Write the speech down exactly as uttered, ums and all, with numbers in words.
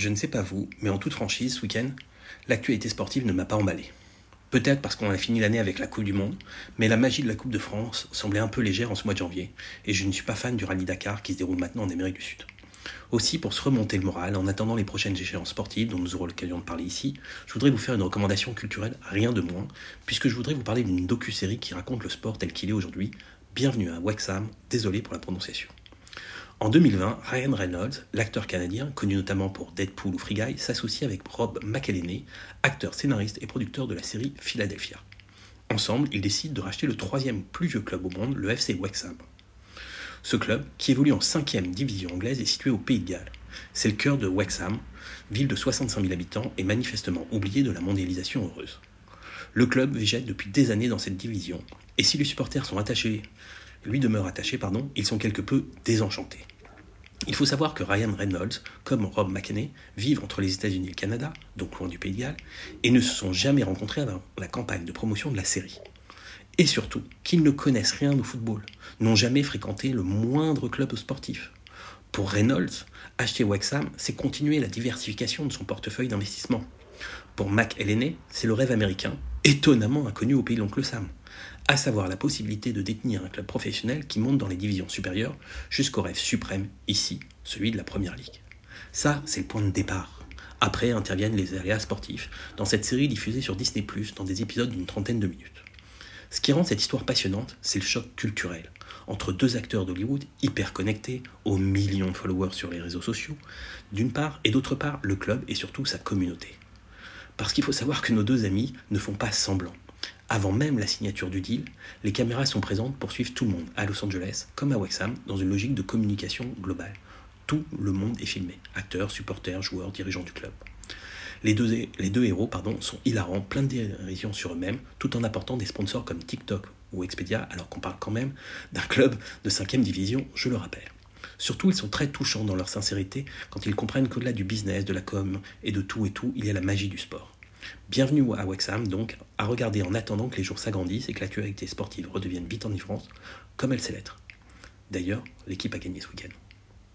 Je ne sais pas vous, mais en toute franchise, ce week-end, l'actualité sportive ne m'a pas emballé. Peut-être parce qu'on a fini l'année avec la Coupe du Monde, mais la magie de la Coupe de France semblait un peu légère en ce mois de janvier, et je ne suis pas fan du rallye Dakar qui se déroule maintenant en Amérique du Sud. Aussi, pour se remonter le moral, en attendant les prochaines échéances sportives dont nous aurons l'occasion de parler ici, je voudrais vous faire une recommandation culturelle, rien de moins, puisque je voudrais vous parler d'une docu-série qui raconte le sport tel qu'il est aujourd'hui. Bienvenue à Wrexham, désolé pour la prononciation. En deux mille vingt, Ryan Reynolds, l'acteur canadien, connu notamment pour Deadpool ou Free Guy, s'associe avec Rob McElhenney, acteur, scénariste et producteur de la série Philadelphia. Ensemble, ils décident de racheter le troisième plus vieux club au monde, le F C Wrexham. Ce club, qui évolue en cinquième division anglaise, est situé au Pays de Galles. C'est le cœur de Wrexham, ville de soixante-cinq mille habitants et manifestement oubliée de la mondialisation heureuse. Le club végète depuis des années dans cette division, et si les supporters sont attachés, lui demeurent attachés, pardon, ils sont quelque peu désenchantés. Il faut savoir que Ryan Reynolds, comme Rob McElhenney, vivent entre les États-Unis et le Canada, donc loin du Pays de Galles, et ne se sont jamais rencontrés avant la campagne de promotion de la série. Et surtout, qu'ils ne connaissent rien au football, n'ont jamais fréquenté le moindre club sportif. Pour Reynolds, acheter Wrexham, c'est continuer la diversification de son portefeuille d'investissement. Pour McElhenney, c'est le rêve américain, étonnamment inconnu au pays de l'oncle Sam, à savoir la possibilité de détenir un club professionnel qui monte dans les divisions supérieures jusqu'au rêve suprême, ici, celui de la Première Ligue. Ça, c'est le point de départ. Après interviennent les aléas sportifs, dans cette série diffusée sur Disney plus, dans des épisodes d'une trentaine de minutes. Ce qui rend cette histoire passionnante, c'est le choc culturel, entre deux acteurs d'Hollywood hyper connectés, aux millions de followers sur les réseaux sociaux, d'une part, et d'autre part, le club et surtout sa communauté. Parce qu'il faut savoir que nos deux amis ne font pas semblant. Avant même la signature du deal, les caméras sont présentes pour suivre tout le monde, à Los Angeles comme à Wrexham, dans une logique de communication globale. Tout le monde est filmé, acteurs, supporters, joueurs, dirigeants du club. Les deux, les deux héros pardon, sont hilarants, pleins de dérision sur eux-mêmes, tout en apportant des sponsors comme TikTok ou Expedia, alors qu'on parle quand même d'un club de cinquième division, je le rappelle. Surtout, ils sont très touchants dans leur sincérité quand ils comprennent qu'au-delà du business, de la com et de tout et tout, il y a la magie du sport. Bienvenue à Wrexham, donc, à regarder en attendant que les jours s'agrandissent et que l'actualité sportive redevienne vite en France, comme elle sait l'être. D'ailleurs, l'équipe a gagné ce week-end.